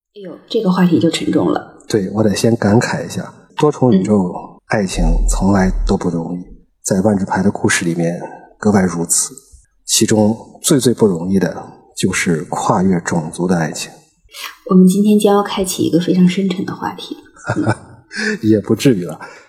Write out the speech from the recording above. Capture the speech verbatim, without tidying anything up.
哎呦，这个话题就沉重了。 对，我得先感慨一下，多重宇宙、嗯、爱情从来都不容易，在万智牌的故事里面格外如此。其中最最不容易的就是跨越种族的爱情。 我们今天将要开启一个非常深沉的话题。 也不至于了，